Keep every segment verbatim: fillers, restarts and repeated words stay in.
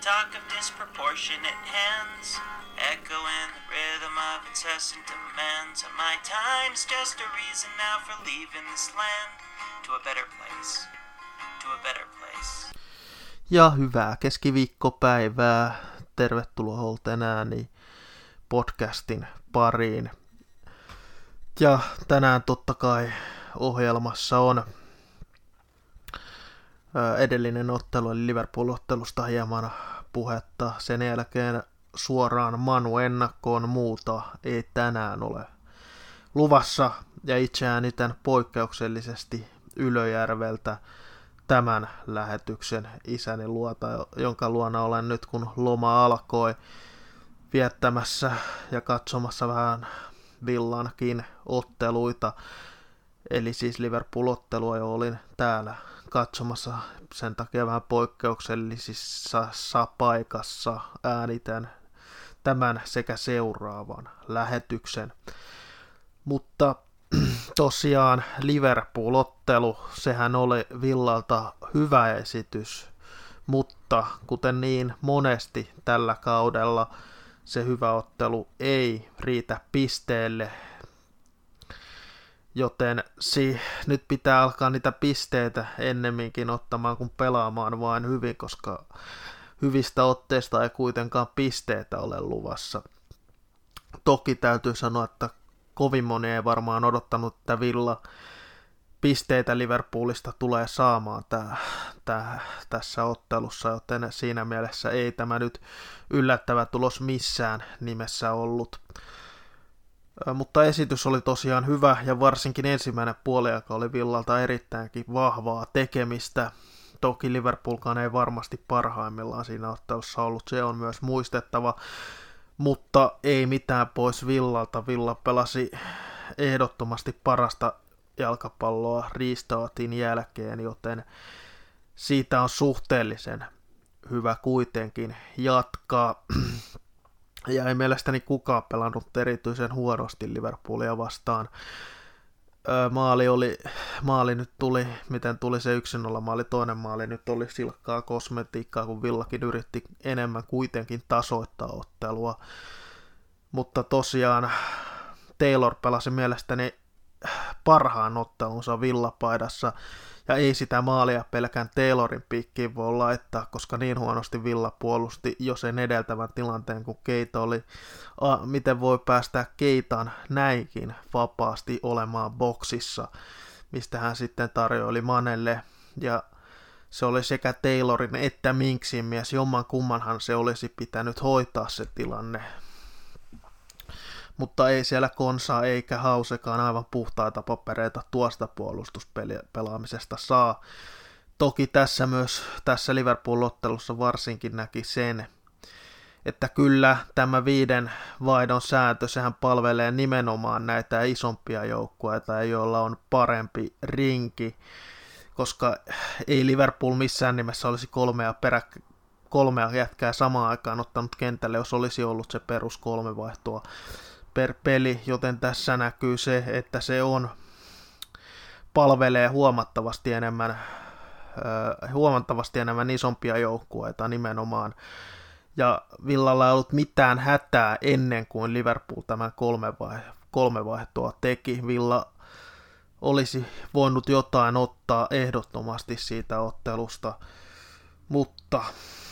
talk of disproportionate hands, echoing the rhythm of incessant demands. And my time's just a reason now for leaving this land to a better place, to a better place. Ja hyvää keskiviikkopäivää. Tervetuloa Holten ääni podcastin pariin. Ja tänään totta kai ohjelmassa on edellinen ottelu, eli Liverpool-ottelusta hieman puhetta. Sen jälkeen suoraan Manu ennakkoon, muuta ei tänään ole luvassa. Ja itse äänitän poikkeuksellisesti Ylöjärveltä tämän lähetyksen isäni luota, jonka luona olen nyt kun loma alkoi viettämässä ja katsomassa vähän Villankin otteluita. Eli siis Liverpool-ottelua jo olin täällä katsomassa, sen takia vähän poikkeuksellisissa paikassa äänitän tämän sekä seuraavan lähetyksen. Mutta tosiaan Liverpool-ottelu, sehän oli Villalta hyvä esitys, mutta kuten niin monesti tällä kaudella se hyvä ottelu ei riitä pisteelle, joten si- nyt pitää alkaa niitä pisteitä ennemminkin ottamaan kuin pelaamaan vain hyvin, koska hyvistä otteista ei kuitenkaan pisteitä ole luvassa. Toki täytyy sanoa, että kovin moni ei varmaan odottanut, että Villa pisteitä Liverpoolista tulee saamaan tää, tää, tässä ottelussa, joten siinä mielessä ei tämä nyt yllättävä tulos missään nimessä ollut. Mutta esitys oli tosiaan hyvä ja varsinkin ensimmäinen puoliaika oli Villalta erittäinkin vahvaa tekemistä. Toki Liverpoolkaan ei varmasti parhaimmillaan siinä ottelussa ollut, se on myös muistettava. Mutta ei mitään pois Villalta. Villa pelasi ehdottomasti parasta jalkapalloa restartin jälkeen, joten siitä on suhteellisen hyvä kuitenkin jatkaa. Ja ei mielestäni kukaan pelannut erityisen huonosti Liverpoolia vastaan. Öö, maali, oli, maali nyt tuli, miten tuli se yksi nolla maali, toinen maali nyt oli silkkaa kosmetiikkaa, kun Villakin yritti enemmän kuitenkin tasoittaa ottelua. Mutta tosiaan Taylor pelasi mielestäni parhaan ottelunsa Villapaidassa, ja ei sitä maalia pelkään Taylorin piikkiin voi laittaa, koska niin huonosti Villa puolusti jo sen edeltävän tilanteen, kun Keita oli, a, miten voi päästää Keitan näinkin vapaasti olemaan boksissa, mistä hän sitten tarjoili Manelle, ja se oli sekä Taylorin että Minksin mies, jomman kummanhan se olisi pitänyt hoitaa se tilanne. Mutta ei siellä Konsa eikä Hausekaan aivan puhtaita papereita tuosta puolustuspelaamisesta saa. Toki tässä myös tässä Liverpool-ottelussa varsinkin näki sen, että kyllä tämä viiden vaihdon sääntö, sehän palvelee nimenomaan näitä isompia joukkueita, joilla on parempi rinki, koska ei Liverpool missään nimessä olisi kolmea perä, kolmea jätkää samaan aikaan ottanut kentälle, jos olisi ollut se perus kolme vaihtoa per peli, joten tässä näkyy se, että se on palvelee huomattavasti enemmän, äh, huomattavasti enemmän isompia joukkueita nimenomaan. Ja Villalla ei ollut mitään hätää ennen kuin Liverpool tämän kolme, vai, kolme vaihtoa teki. Villa olisi voinut jotain ottaa ehdottomasti siitä ottelusta, mutta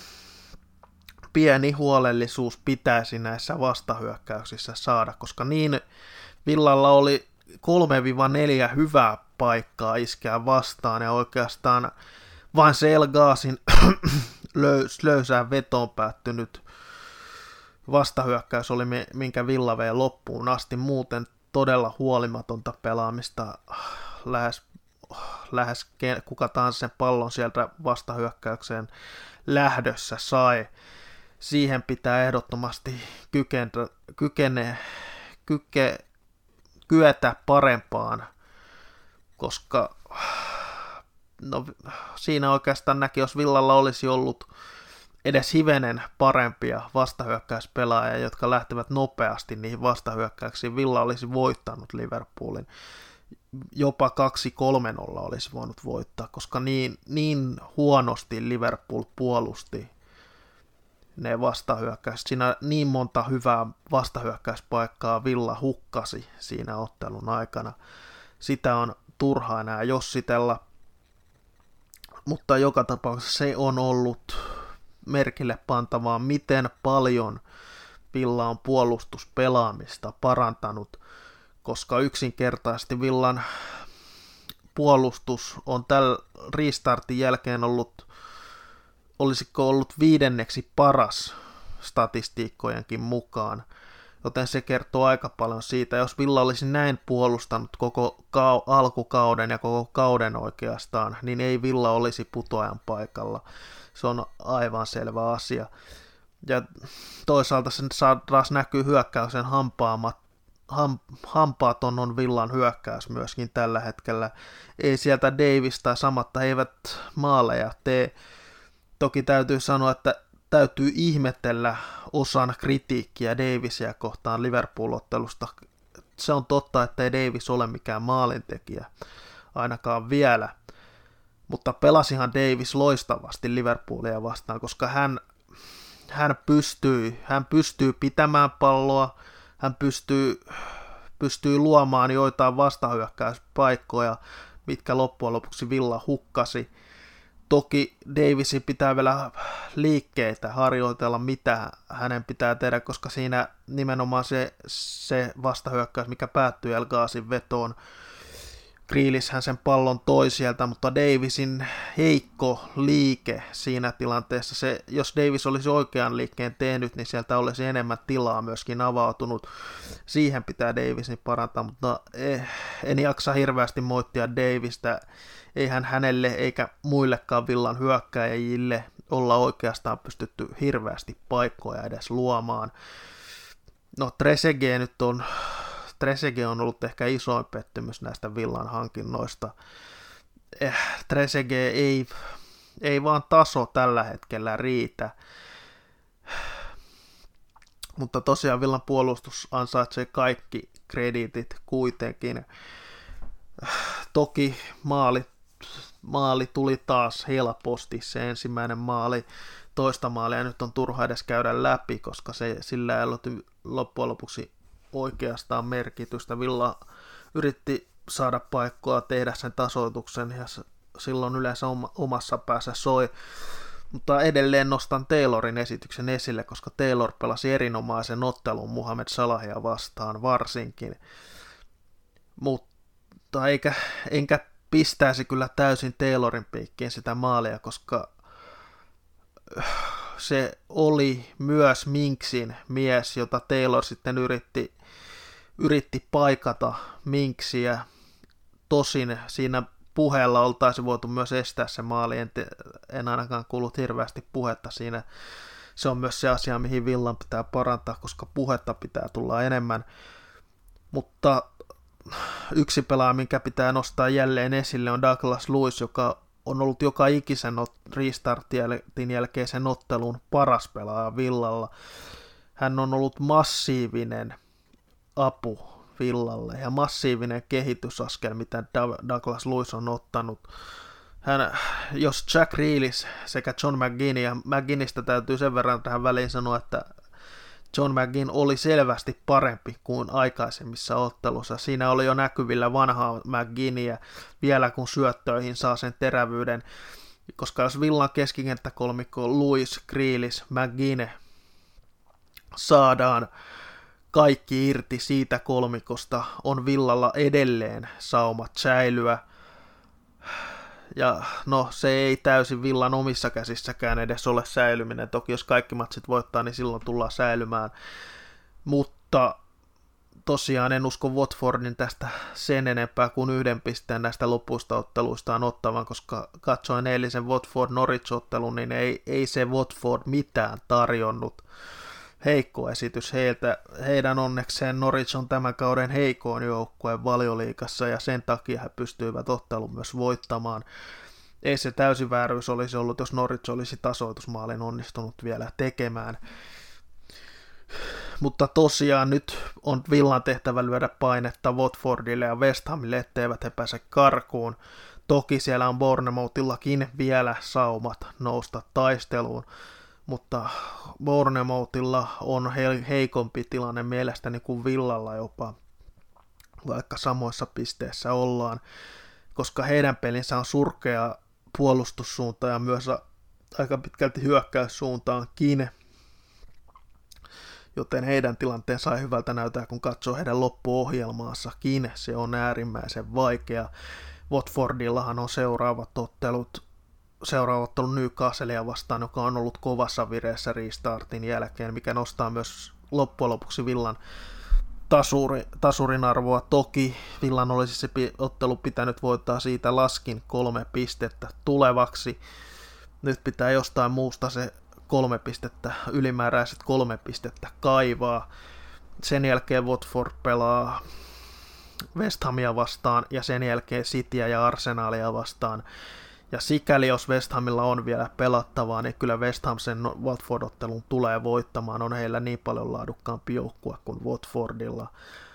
pieni huolellisuus pitäisi näissä vastahyökkäyksissä saada, koska niin Villalla oli kolme neljä hyvää paikkaa iskeä vastaan, ja oikeastaan vain se El Ghazin löys, löysään vetoon päättynyt vastahyökkäys oli, minkä Villa vei loppuun asti. Muuten todella huolimatonta pelaamista, lähes, lähes kuka tahansa sen pallon sieltä vastahyökkäykseen lähdössä sai. Siihen pitää ehdottomasti kykene, kykene, kyke, kyetä parempaan, koska no, siinä oikeastaan näki, jos Villalla olisi ollut edes hivenen parempia vastahyökkäyspelaajia, jotka lähtevät nopeasti niihin vastahyökkäyksiin, Villa olisi voittanut Liverpoolin. Jopa kaksi kolme nolla olisi voinut voittaa, koska niin, niin huonosti Liverpool puolusti ne vastahyökkäys. Siinä niin monta hyvää vastahyökkäyspaikkaa Villa hukkasi siinä ottelun aikana. Sitä on turhaa enää jossitella, mutta joka tapauksessa se on ollut merkille pantavaa, miten paljon Villa on puolustuspelaamista parantanut, koska yksinkertaisesti Villan puolustus on tällä restartin jälkeen ollut, olisiko ollut viidenneksi paras statistiikkojenkin mukaan, joten se kertoo aika paljon siitä. Jos Villa olisi näin puolustanut koko kau- alkukauden ja koko kauden oikeastaan, niin ei Villa olisi putoajan paikalla. Se on aivan selvä asia. Ja toisaalta se taas näkyy hyökkäyksen hampaamat, ham, hampaaton on Villan hyökkäys myöskin tällä hetkellä. Ei sieltä Davis tai samatta eivät maaleja tee. Toki täytyy sanoa, että täytyy ihmetellä osan kritiikkiä Davisia kohtaan Liverpool-ottelusta. Se on totta, että ei Davis ole mikään maalintekijä, ainakaan vielä. Mutta pelasihan Davis loistavasti Liverpoolia vastaan, koska hän, hän, pystyy, hän pystyy pitämään palloa, hän pystyy, pystyy luomaan joitain vastahyökkäyspaikkoja, mitkä loppujen lopuksi Villa hukkasi. Toki Davisin pitää vielä liikkeitä harjoitella, mitä hänen pitää tehdä, koska siinä nimenomaan se, se vastahyökkäys, mikä päättyy El Ghazin vetoon, Grealishhän sen pallon toi sieltä, mutta Davisin heikko liike siinä tilanteessa, se, jos Davis olisi oikean liikkeen tehnyt, niin sieltä olisi enemmän tilaa myöskin avautunut. Siihen pitää Davisin parantaa, mutta eh, en jaksa hirveästi moittia Davista. Eihän hänelle eikä muillekaan Villan hyökkääjille olla oikeastaan pystytty hirveästi paikkoja edes luomaan. No Trezeguet nyt on, Trezeguet on ollut ehkä isoin pettymys näistä Villan hankinnoista. Eh, Trezeguet ei, ei vaan taso tällä hetkellä riitä. Mutta tosiaan Villan puolustus ansaitsee kaikki krediitit kuitenkin. Toki maali, maali tuli taas helposti, se ensimmäinen maali, toista maalia nyt on turha edes käydä läpi, koska se, sillä ei ollut loppujen lopuksi oikeastaan merkitystä. Villa yritti saada paikkoa tehdä sen tasoituksen ja silloin yleensä omassa päässä soi, mutta edelleen nostan Taylorin esityksen esille, koska Taylor pelasi erinomaisen ottelun Mohamed Salahia vastaan varsinkin, mutta eikä, enkä pistäisi kyllä täysin Taylorin piikkiin sitä maalia, koska se oli myös Minksin mies, jota Taylor sitten yritti, yritti paikata Minksiä. Tosin siinä puheella oltaisiin voitu myös estää se maali, en, te, en ainakaan kuullut hirveästi puhetta siinä. Se on myös se asia, mihin Villan pitää parantaa, koska puhetta pitää tulla enemmän. Mutta yksi pelaaja, minkä pitää nostaa jälleen esille, on Douglas Luiz, joka on ollut joka ikisen restartin jälkeisen ottelun paras pelaaja Villalla. Hän on ollut massiivinen apu Villalle ja massiivinen kehitysaskel, mitä Douglas Luiz on ottanut. Hän, jos Jack Grealish sekä John McGinn, ja McGinnistä täytyy sen verran tähän väliin sanoa, että John McGinn oli selvästi parempi kuin aikaisemmissa ottelussa. Siinä oli jo näkyvillä vanhaa McGinniä vielä kun syöttöihin saa sen terävyyden, koska jos Villan keskikenttäkolmikko Luiz, Grealish, McGinn saadaan kaikki irti siitä kolmikosta, on Villalla edelleen saumat säilyä. Ja no, se ei täysin Villan omissa käsissäkään edes ole säilyminen. Toki jos kaikki matsit voittaa, niin silloin tullaan säilymään. Mutta tosiaan en usko Watfordin tästä sen enempää kuin yhden pisteen näistä lopuista otteluistaan ottavan, koska katsoin eilisen Watford-Norwich-ottelun, niin ei, ei se Watford mitään tarjonnut. Heikko esitys heiltä. Heidän onnekseen Norwich on tämän kauden heikoin joukkue Valioliigassa ja sen takia he pystyivät ottelun myös voittamaan. Ei se täysin-vääryys olisi ollut, jos Norwich olisi tasoitusmaalin onnistunut vielä tekemään. Mutta tosiaan nyt on Villan tehtävä lyödä painetta Watfordille ja West Hamille, etteivät he pääse karkuun. Toki siellä on Bournemouthillakin vielä saumat nousta taisteluun. mutta Bournemouthilla on heikompi tilanne mielestäni kuin Villalla jopa, vaikka samoissa pisteissä ollaan, koska heidän pelinsä on surkea puolustussuunta ja myös aika pitkälti hyökkäyssuuntaankin, joten heidän tilanteensa ei hyvältä näytä, kun katsoo heidän loppuohjelmaansakin. Se on äärimmäisen vaikea. Watfordillahan on seuraavat ottelut, seuraavat ottelut Newcastlea vastaan, joka on ollut kovassa vireessä restartin jälkeen, mikä nostaa myös loppujen lopuksi Villan tasuri, tasurin arvoa. Toki Villan olisi se ottelu pitänyt voittaa, siitä laskin kolme pistettä tulevaksi. Nyt pitää jostain muusta se kolme pistettä, ylimääräiset kolme pistettä kaivaa. Sen jälkeen Watford pelaa West Hamia vastaan ja sen jälkeen Cityä ja Arsenalia vastaan. Ja sikäli jos West Hamilla on vielä pelattavaa, niin kyllä West Ham sen Watford-ottelun tulee voittamaan. On heillä niin paljon laadukkaampi joukkue kuin Watfordilla.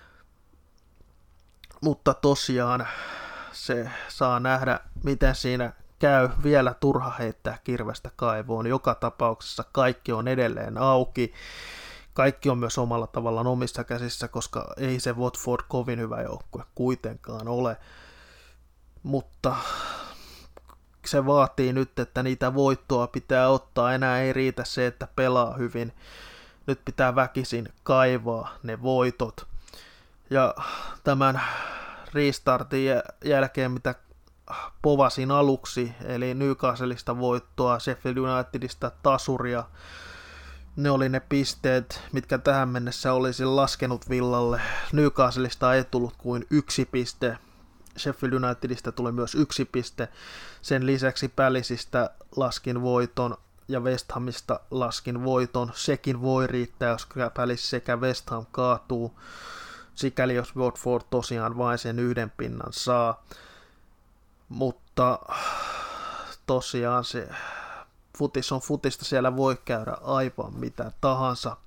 Mutta tosiaan se saa nähdä, miten siinä käy. Vielä turha heittää kirvestä kaivoon. Joka tapauksessa kaikki on edelleen auki. Kaikki on myös omalla tavallaan omissa käsissä, koska ei se Watford kovin hyvä joukkue kuitenkaan ole. Mutta se vaatii nyt, että niitä voittoa pitää ottaa. Enää ei riitä se, että pelaa hyvin. Nyt pitää väkisin kaivaa ne voitot. Ja tämän restartin jälkeen, mitä povasin aluksi, eli Newcastlesta voittoa, Sheffield Unitedista tasuria, ne oli ne pisteet, mitkä tähän mennessä olisi laskenut Villalle. Newcastlesta ei tullut kuin yksi piste. Sheffield Unitedista tuli myös yksi piste. Sen lisäksi Palaceista laskin voiton ja West Hamista laskin voiton. Sekin voi riittää, jos Palace sekä West Ham kaatuu. Sikäli jos Watford tosiaan vain sen yhden pinnan saa. Mutta tosiaan se futis on futista, siellä voi käydä aivan mitä tahansa.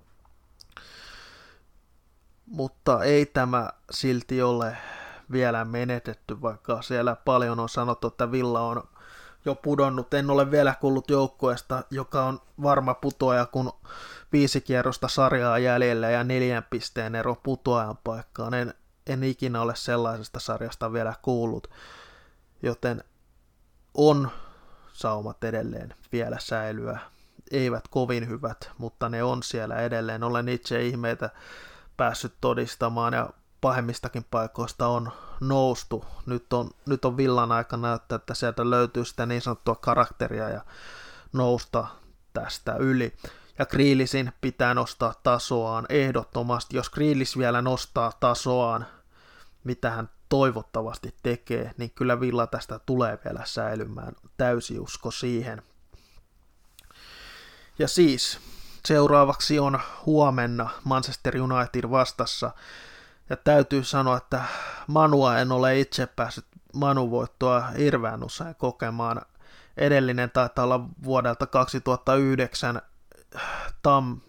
Mutta ei tämä silti ole vielä menetetty, vaikka siellä paljon on sanottu, että Villa on jo pudonnut. En ole vielä kuullut joukkueesta, joka on varma putoaja, kun viisi kierrosta sarjaa jäljellä ja neljän pisteen ero putoajan paikkaan. En, en ikinä ole sellaisesta sarjasta vielä kuullut, joten on saumat edelleen vielä säilyä. Eivät kovin hyvät, mutta ne on siellä edelleen. Olen itse ihmeitä päässyt todistamaan ja pahemmistakin paikoista on noustu. Nyt on, nyt on Villan aika näyttää, että sieltä löytyy sitä niin sanottua karakteria ja nousta tästä yli. Ja Grealishin pitää nostaa tasoaan ehdottomasti. Jos Grealish vielä nostaa tasoaan, mitä hän toivottavasti tekee, niin kyllä Villa tästä tulee vielä säilymään. Täysi usko siihen. Ja siis seuraavaksi on huomenna Manchester United vastassa. Ja täytyy sanoa, että Manua en ole itse päässyt Manu-voittoa hirveän usein kokemaan. Edellinen taitaa olla vuodelta kaksituhattayhdeksän tam,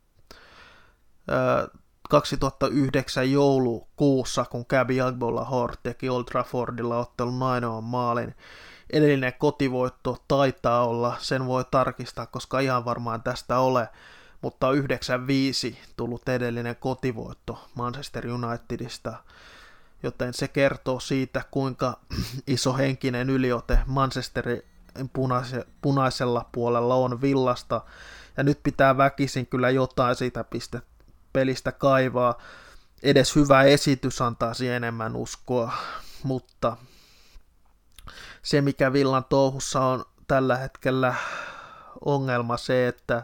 äh, kaksituhattayhdeksän joulukuussa, kun Gabby Agbonlahor teki Old Traffordilla ottelun ainoan maalin. Edellinen kotivoitto taitaa olla, sen voi tarkistaa, koska ihan varmaan tästä ole, mutta yhdeksän viisi tullut edellinen kotivoitto Manchester Unitedista, joten se kertoo siitä, kuinka iso henkinen yliote Manchesterin punaise- punaisella puolella on Villasta, ja nyt pitää väkisin kyllä jotain siitä piste pelistä kaivaa. Edes hyvä esitys antaisi enemmän uskoa, mutta se mikä Villan touhussa on tällä hetkellä ongelma se, että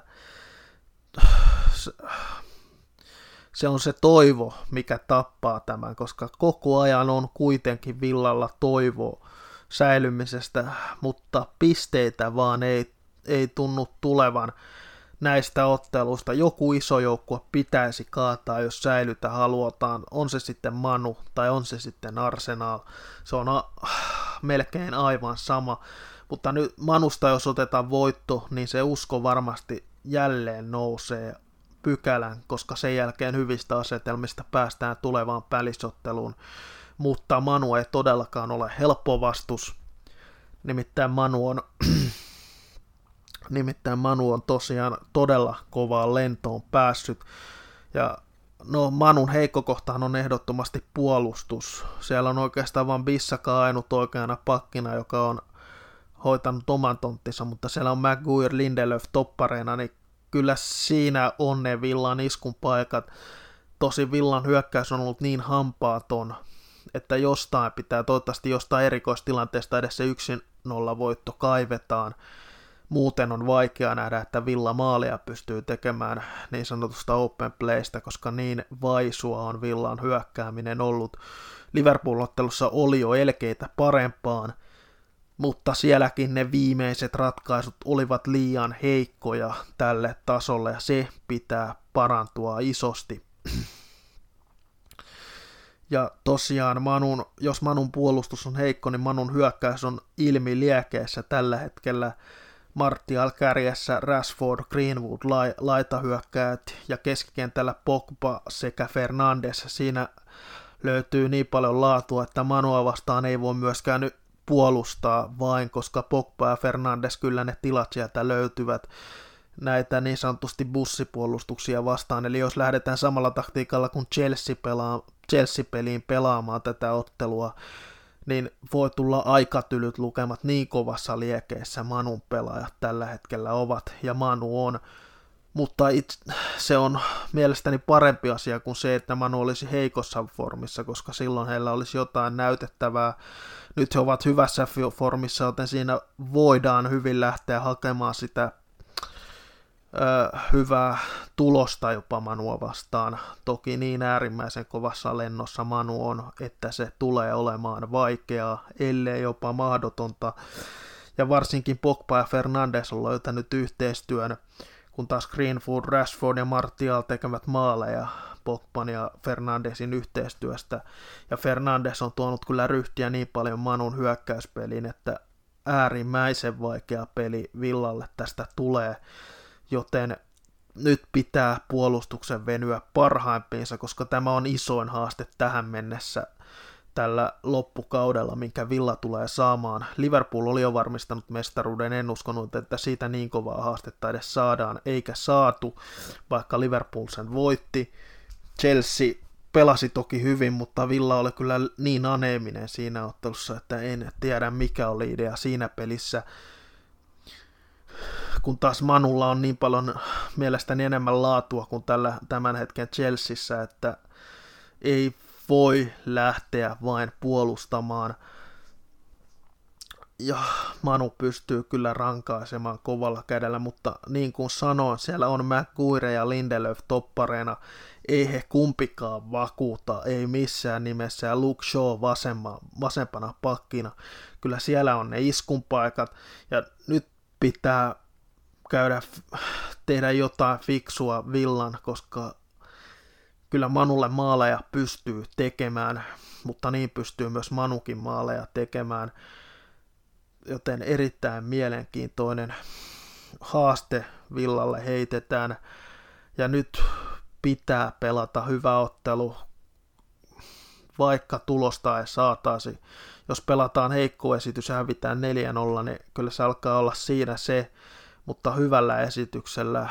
se on se toivo, mikä tappaa tämän, koska koko ajan on kuitenkin Villalla toivo säilymisestä, mutta pisteitä vaan ei, ei tunnu tulevan näistä otteluista. Joku iso joukkue pitäisi kaataa, jos säilytä halutaan. On se sitten Manu tai on se sitten Arsenal. Se on a- melkein aivan sama. Mutta nyt Manusta jos otetaan voitto, niin se usko varmasti jälleen nousee pykälän, koska sen jälkeen hyvistä asetelmista päästään tulevaan Palace-otteluun. Mutta Manu ei todellakaan ole helppo vastus. Nimittäin Manu on Nimittäin Manu on tosiaan todella kovaan lentoon päässyt. Ja no Manun heikko kohtahan on ehdottomasti puolustus. Siellä on oikeastaan vain Bissaka ainut oikeana pakkina, joka on hoitanut oman tonttinsa, mutta siellä on Maguire, Lindelöf toppareina, niin kyllä siinä on ne Villan iskun paikat. Tosi Villan hyökkäys on ollut niin hampaaton, että jostain pitää, toivottavasti jostain erikoistilanteesta edes se yksi nolla voitto kaivetaan. Muuten on vaikea nähdä, että Villa maalia pystyy tekemään niin sanotusta open playstä, koska niin vaisua on Villan hyökkääminen ollut. Liverpool-ottelussa oli jo elkeitä parempaan, mutta sielläkin ne viimeiset ratkaisut olivat liian heikkoja tälle tasolle, ja se pitää parantua isosti. Ja tosiaan, Manun, jos Manun puolustus on heikko, niin Manun hyökkäys on ilmi liekeessä tällä hetkellä. Martial kärjessä, Rashford, Greenwood, lai, laitahyökkäät ja keskikentällä Pogba sekä Fernandes. Siinä löytyy niin paljon laatua, että Manua vastaan ei voi myöskään nyt puolustaa vain, koska Pogba ja Fernandes kyllä ne tilat sieltä löytyvät näitä niin sanotusti bussipuolustuksia vastaan. Eli jos lähdetään samalla taktiikalla kuin Chelsea, pelaa, Chelsea-peliin pelaamaan tätä ottelua, niin voi tulla aikatylyt lukemat niin kovassa liekeessä Manun pelaajat tällä hetkellä ovat, ja Manu on. Mutta it, se on mielestäni parempi asia kuin se, että Manu olisi heikossa formissa, koska silloin heillä olisi jotain näytettävää. Nyt he ovat hyvässä formissa, joten siinä voidaan hyvin lähteä hakemaan sitä ö, hyvää tulosta jopa Manua vastaan. Toki niin äärimmäisen kovassa lennossa Manu on, että se tulee olemaan vaikeaa, ellei jopa mahdotonta. Ja varsinkin Pogba ja Fernandes on löytänyt yhteistyön, kun taas Greenwood, Rashford ja Martial tekevät maaleja Pogban ja Fernandesin yhteistyöstä. Ja Fernandes on tuonut kyllä ryhtiä niin paljon Manun hyökkäyspeliin, että äärimmäisen vaikea peli Villalle tästä tulee. Joten nyt pitää puolustuksen venyä parhaimpiinsa, koska tämä on isoin haaste tähän mennessä tällä loppukaudella, minkä Villa tulee saamaan. Liverpool oli jo varmistanut mestaruuden, en uskonut, että siitä niin kovaa haastetta edes saadaan, eikä saatu, vaikka Liverpool sen voitti. Chelsea pelasi toki hyvin, mutta Villa oli kyllä niin aneeminen siinä ottelussa, että en tiedä mikä oli idea siinä pelissä. Kun taas Manulla on niin paljon mielestäni enemmän laatua kuin tällä, tämän hetken Chelseassa, että ei voi lähteä vain puolustamaan. Ja Manu pystyy kyllä rankaisemaan kovalla kädellä, mutta niin kuin sanoin, siellä on Maguire ja Lindelöf toppareina. Ei he kumpikaan vakuuta, ei missään nimessä, ja Luke Shaw vasemma, vasempana pakkina. Kyllä siellä on ne iskunpaikat, ja nyt pitää käydä, tehdä jotain fiksua Villan, koska kyllä Manulle maaleja pystyy tekemään, mutta niin pystyy myös Manukin maaleja tekemään, joten erittäin mielenkiintoinen haaste Villalle heitetään, ja nyt pitää pelata hyvä ottelu, vaikka tulosta ei saataisi. Jos pelataan heikko esitys ja hävitään neljä nolla, niin kyllä se alkaa olla siinä se, mutta hyvällä esityksellä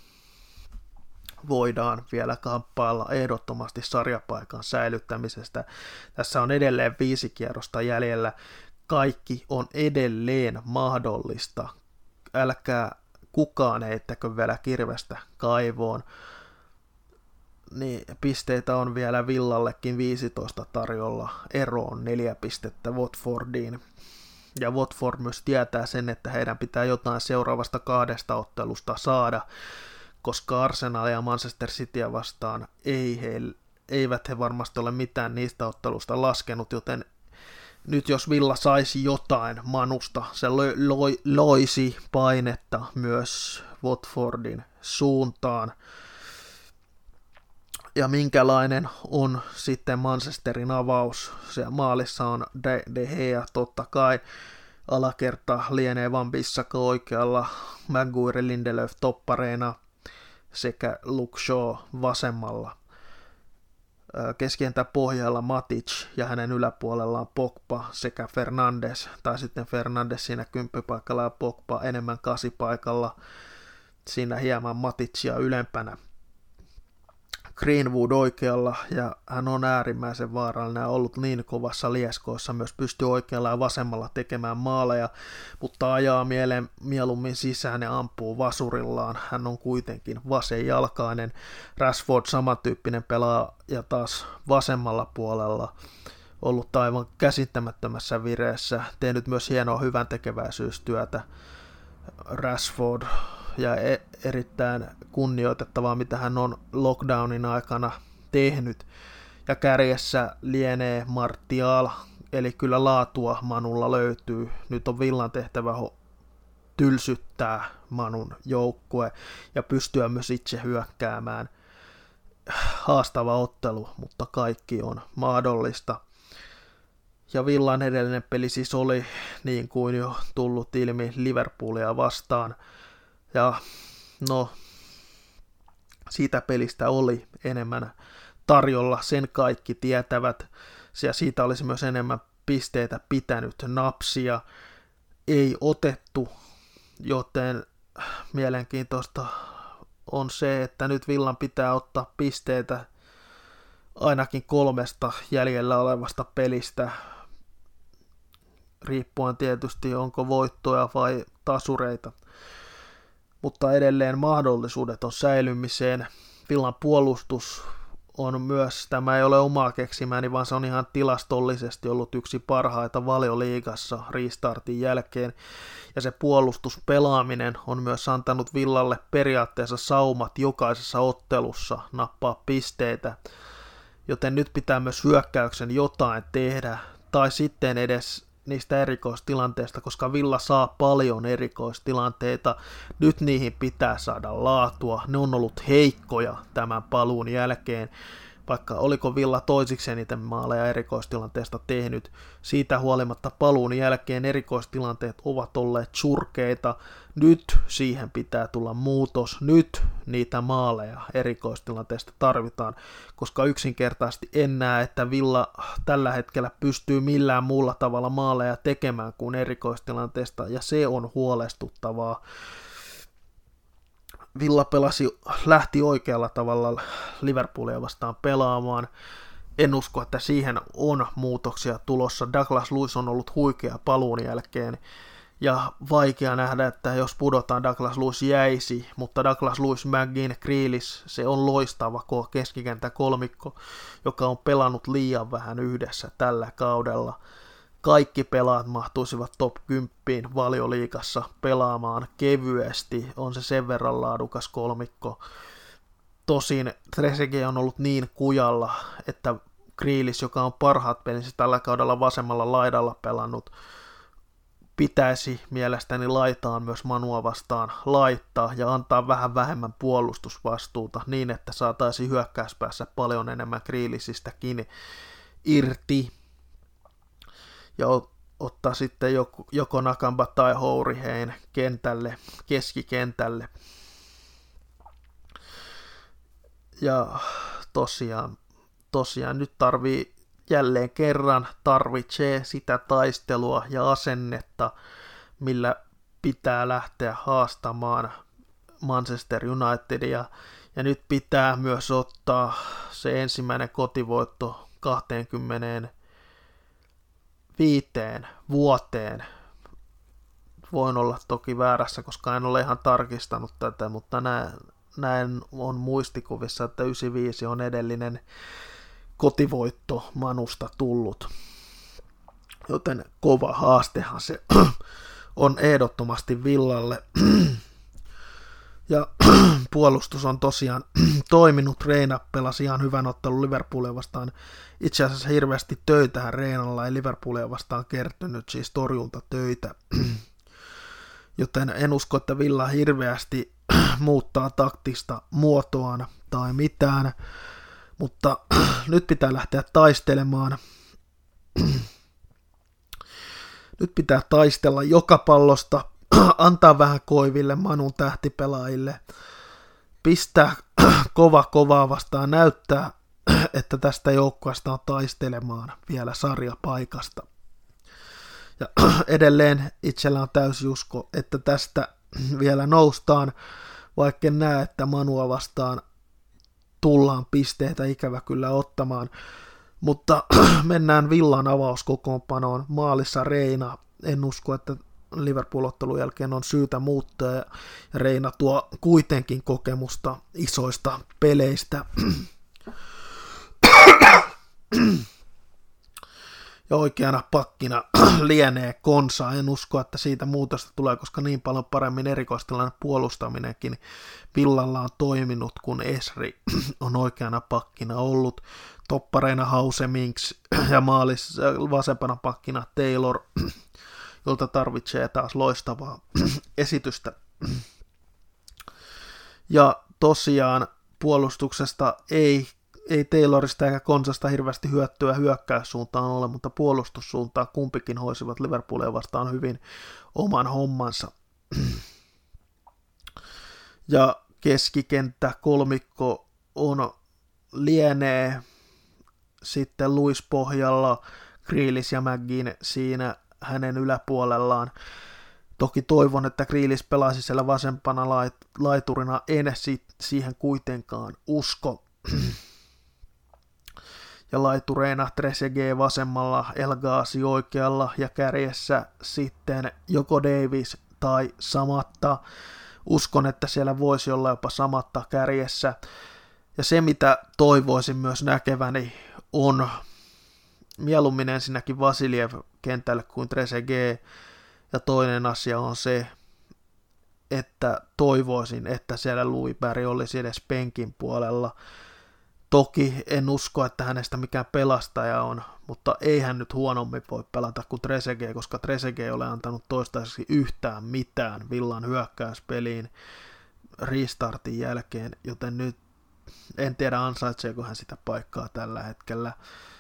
voidaan vielä kamppailla ehdottomasti sarjapaikan säilyttämisestä. Tässä on edelleen viisi kierrosta jäljellä. Kaikki on edelleen mahdollista. Älkää kukaan heittäkö vielä kirvestä kaivoon. Niin, pisteitä on vielä Villallekin viisitoista tarjolla. Ero on neljä pistettä Watfordiin. Ja Watford myös tietää sen, että heidän pitää jotain seuraavasta kahdesta ottelusta saada, koska Arsenal ja Manchester Cityä vastaan ei he, eivät he varmasti ole mitään niistä ottelusta laskenut, joten nyt jos Villa saisi jotain Manusta, se loi, loi, loisi painetta myös Watfordin suuntaan. Ja minkälainen on sitten Manchesterin avaus? Siellä maalissa on De, De Gea totta kai, alakerta lienee Van Bissaka oikealla, Maguire, Lindelöf toppareina sekä Luke Shaw vasemmalla. Keskentän pohjalla Matic ja hänen yläpuolellaan Pogba sekä Fernandes, tai sitten Fernandes siinä kymppipaikalla ja Pogba enemmän kasipaikalla, siinä hieman Maticia ylempänä. Greenwood oikealla, ja hän on äärimmäisen vaarallinen ja ollut niin kovassa lieskoissa, myös pystyy oikealla ja vasemmalla tekemään maaleja, mutta ajaa mieleen, mieluummin sisään ja ampuu vasurillaan. Hän on kuitenkin vasenjalkainen. Rashford samantyyppinen pelaaja taas vasemmalla puolella, ollut aivan käsittämättömässä vireessä, tehnyt myös hienoa hyvän tekeväisyystyötä Rashford, ja erittäin kunnioitettavaa, mitä hän on lockdownin aikana tehnyt. Ja kärjessä lienee Martial, eli kyllä laatua Manulla löytyy. Nyt on Villan tehtävä tylsyttää Manun joukkue ja pystyä myös itse hyökkäämään. Haastava ottelu, mutta kaikki on mahdollista. Ja Villan edellinen peli siis oli, niin kuin jo tullut ilmi, Liverpoolia vastaan. Ja no, siitä pelistä oli enemmän tarjolla, sen kaikki tietävät, ja siitä olisi myös enemmän pisteitä pitänyt napsia. Ei otettu, joten mielenkiintoista on se, että nyt Villan pitää ottaa pisteitä ainakin kolmesta jäljellä olevasta pelistä, riippuen tietysti onko voittoja vai tasureita. Mutta edelleen mahdollisuudet on säilymiseen. Villan puolustus on myös, tämä ei ole omaa keksimäni, vaan se on ihan tilastollisesti ollut yksi parhaita Valioliigassa restartin jälkeen. Ja se puolustuspelaaminen on myös antanut Villalle periaatteessa saumat jokaisessa ottelussa nappaa pisteitä. Joten nyt pitää myös hyökkäyksen jotain tehdä, tai sitten edes niistä erikoistilanteista, koska Villa saa paljon erikoistilanteita. Nyt niihin pitää saada laatua. Ne on ollut heikkoja tämän paluun jälkeen, vaikka oliko Villa toisiksi eniten maaleja erikoistilanteesta tehnyt. Siitä huolimatta paluun jälkeen erikoistilanteet ovat olleet surkeita. Nyt siihen pitää tulla muutos. Nyt niitä maaleja erikoistilanteesta tarvitaan, koska yksinkertaisesti en näe, että Villa tällä hetkellä pystyy millään muulla tavalla maaleja tekemään kuin erikoistilanteesta, ja se on huolestuttavaa. Villa pelasi, lähti oikealla tavalla Liverpoolia vastaan pelaamaan. En usko, että siihen on muutoksia tulossa. Douglas Luiz on ollut huikea paluun jälkeen, ja vaikea nähdä, että jos pudotaan, Douglas Luiz jäisi, mutta Douglas Luiz, McGinn, Grealish, se on loistava keskikentä kolmikko, joka on pelannut liian vähän yhdessä tällä kaudella. Kaikki pelaat mahtuisivat top kymmenen Valioliigassa pelaamaan kevyesti, on se sen verran laadukas kolmikko. Tosin Trezeguet on ollut niin kujalla, että Grealish, joka on parhaat pelinsä tällä kaudella vasemmalla laidalla pelannut, pitäisi mielestäni laitaan myös Manua vastaan laittaa ja antaa vähän vähemmän puolustusvastuuta niin, että saataisiin hyökkäyspäässä paljon enemmän Grealishistäkin irti. Ja ottaa sitten joko, joko Nakamba tai Hourihein kentälle, keskikentälle. Ja tosiaan, tosiaan nyt tarvii jälleen kerran tarvitsee sitä taistelua ja asennetta, millä pitää lähteä haastamaan Manchester Unitedia. Ja nyt pitää myös ottaa se ensimmäinen kotivoitto kaksikymmentäviisi vuoteen. Voin olla toki väärässä, koska en ole ihan tarkistanut tätä, mutta näin, näin on muistikuvissa, että yhdeksänkymmentäviisi on edellinen kotivoitto Manusta tullut. Joten kova haastehan se on ehdottomasti Villalle. Ja puolustus on tosiaan toiminut. Reina pelasi ihan hyvän ottelun Liverpoolia vastaan. Itse asiassa hirveästi töitähän Reinalla ei Liverpoolia vastaan kertynyt, siis torjuntatöitä. Joten en usko, että Villa hirveästi muuttaa taktista muotoaan tai mitään. Mutta nyt pitää lähteä taistelemaan. Nyt pitää taistella joka pallosta, antaa vähän koiville Manun tähtipelaajille, pistää kova kovaa vastaan, näyttää, että tästä joukkueesta on taistelemaan vielä sarjapaikasta. Ja edelleen itsellä on täysi usko, että tästä vielä noustaan, vaikka en näe, että Manua vastaan tullaan pisteitä ikävä kyllä ottamaan. Mutta mennään Villan avauskokoonpanoon. Maalissa Reina. En usko, että Liverpool-ottelun jälkeen on syytä muuttaa. Ja Reina tuo kuitenkin kokemusta isoista peleistä. Ja oikeana pakkina lienee Konsa. En usko, että siitä muutosta tulee, koska niin paljon paremmin erikoistilanne puolustaminenkin Villalla on toiminut, kun Esri on oikeana pakkina ollut. Toppareina Hause Minks ja maalissa vasempana pakkina Taylor, jolta tarvitsee taas loistavaa esitystä. Ja tosiaan puolustuksesta ei Ei Taylorista eikä Konsasta hirveästi hyötyä hyökkäyssuuntaan ole, mutta puolustussuuntaan kumpikin hoisivat Liverpoolia vastaan hyvin oman hommansa. Ja keskikenttä kolmikko on lienee sitten Luis pohjalla, Grealish ja McGinn siinä hänen yläpuolellaan. Toki toivon, että Grealish pelaisi siellä vasempana laiturina, en siihen kuitenkaan usko. Ja laitureina Trezeguet vasemmalla, El Ghazi oikealla ja kärjessä sitten joko Davies tai Samatta. Uskon, että siellä voisi olla jopa Samatta kärjessä. Ja se, mitä toivoisin myös näkeväni, on mieluummin ensinnäkin Vasiljev kentälle kuin Trezeguet. Ja toinen asia on se, että toivoisin, että siellä Louis Barry olisi edes penkin puolella. Toki en usko, että hänestä mikään pelastaja on, mutta ei hän nyt huonommin voi pelata kuin Trezeguet, koska Trezeguet ei ole antanut toistaiseksi yhtään mitään Villan hyökkäyspeliin restartin jälkeen, joten nyt en tiedä ansaitseeko hän sitä paikkaa tällä hetkellä.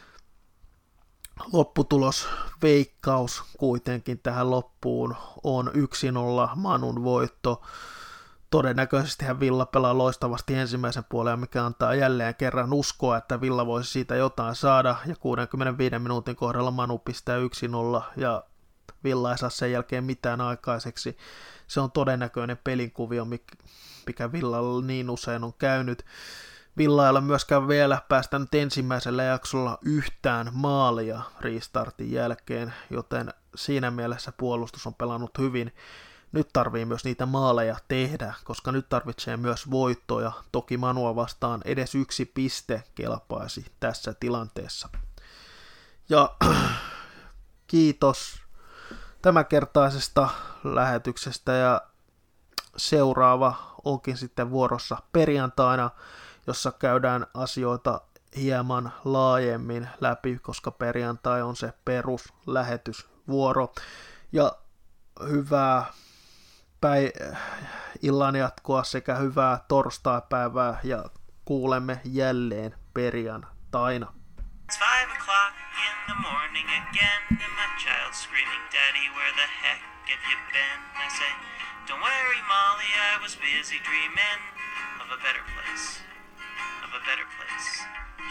Lopputulos, veikkaus kuitenkin tähän loppuun on yksi nolla Manun voitto. Todennäköisesti hän Villa pelaa loistavasti ensimmäisen puolen, mikä antaa jälleen kerran uskoa, että Villa voisi siitä jotain saada, ja kuudenkymmenenviiden minuutin kohdalla Manu pistää yksi nolla, ja Villa ei saa sen jälkeen mitään aikaiseksi. Se on todennäköinen pelinkuvio, mikä Villalla niin usein on käynyt. Villa ei ole myöskään vielä päästänyt ensimmäisellä jaksolla yhtään maalia restartin jälkeen, joten siinä mielessä puolustus on pelannut hyvin. Nyt tarvii myös niitä maaleja tehdä, koska nyt tarvitsee myös voittoja. Toki Manua vastaan edes yksi piste kelpaisi tässä tilanteessa. Ja kiitos tämänkertaisesta lähetyksestä, ja seuraava onkin sitten vuorossa perjantaina, jossa käydään asioita hieman laajemmin läpi, koska perjantai on se peruslähetysvuoro. Ja hyvää päi- illan jatkoa sekä hyvää torstaipäivää, ja kuulemme jälleen perjantaina. It's five o'clock in the morning again, and my child's screaming, Daddy, where the heck have you been? I say, don't worry, Molly, I was busy dreaming of a better place, of a better place.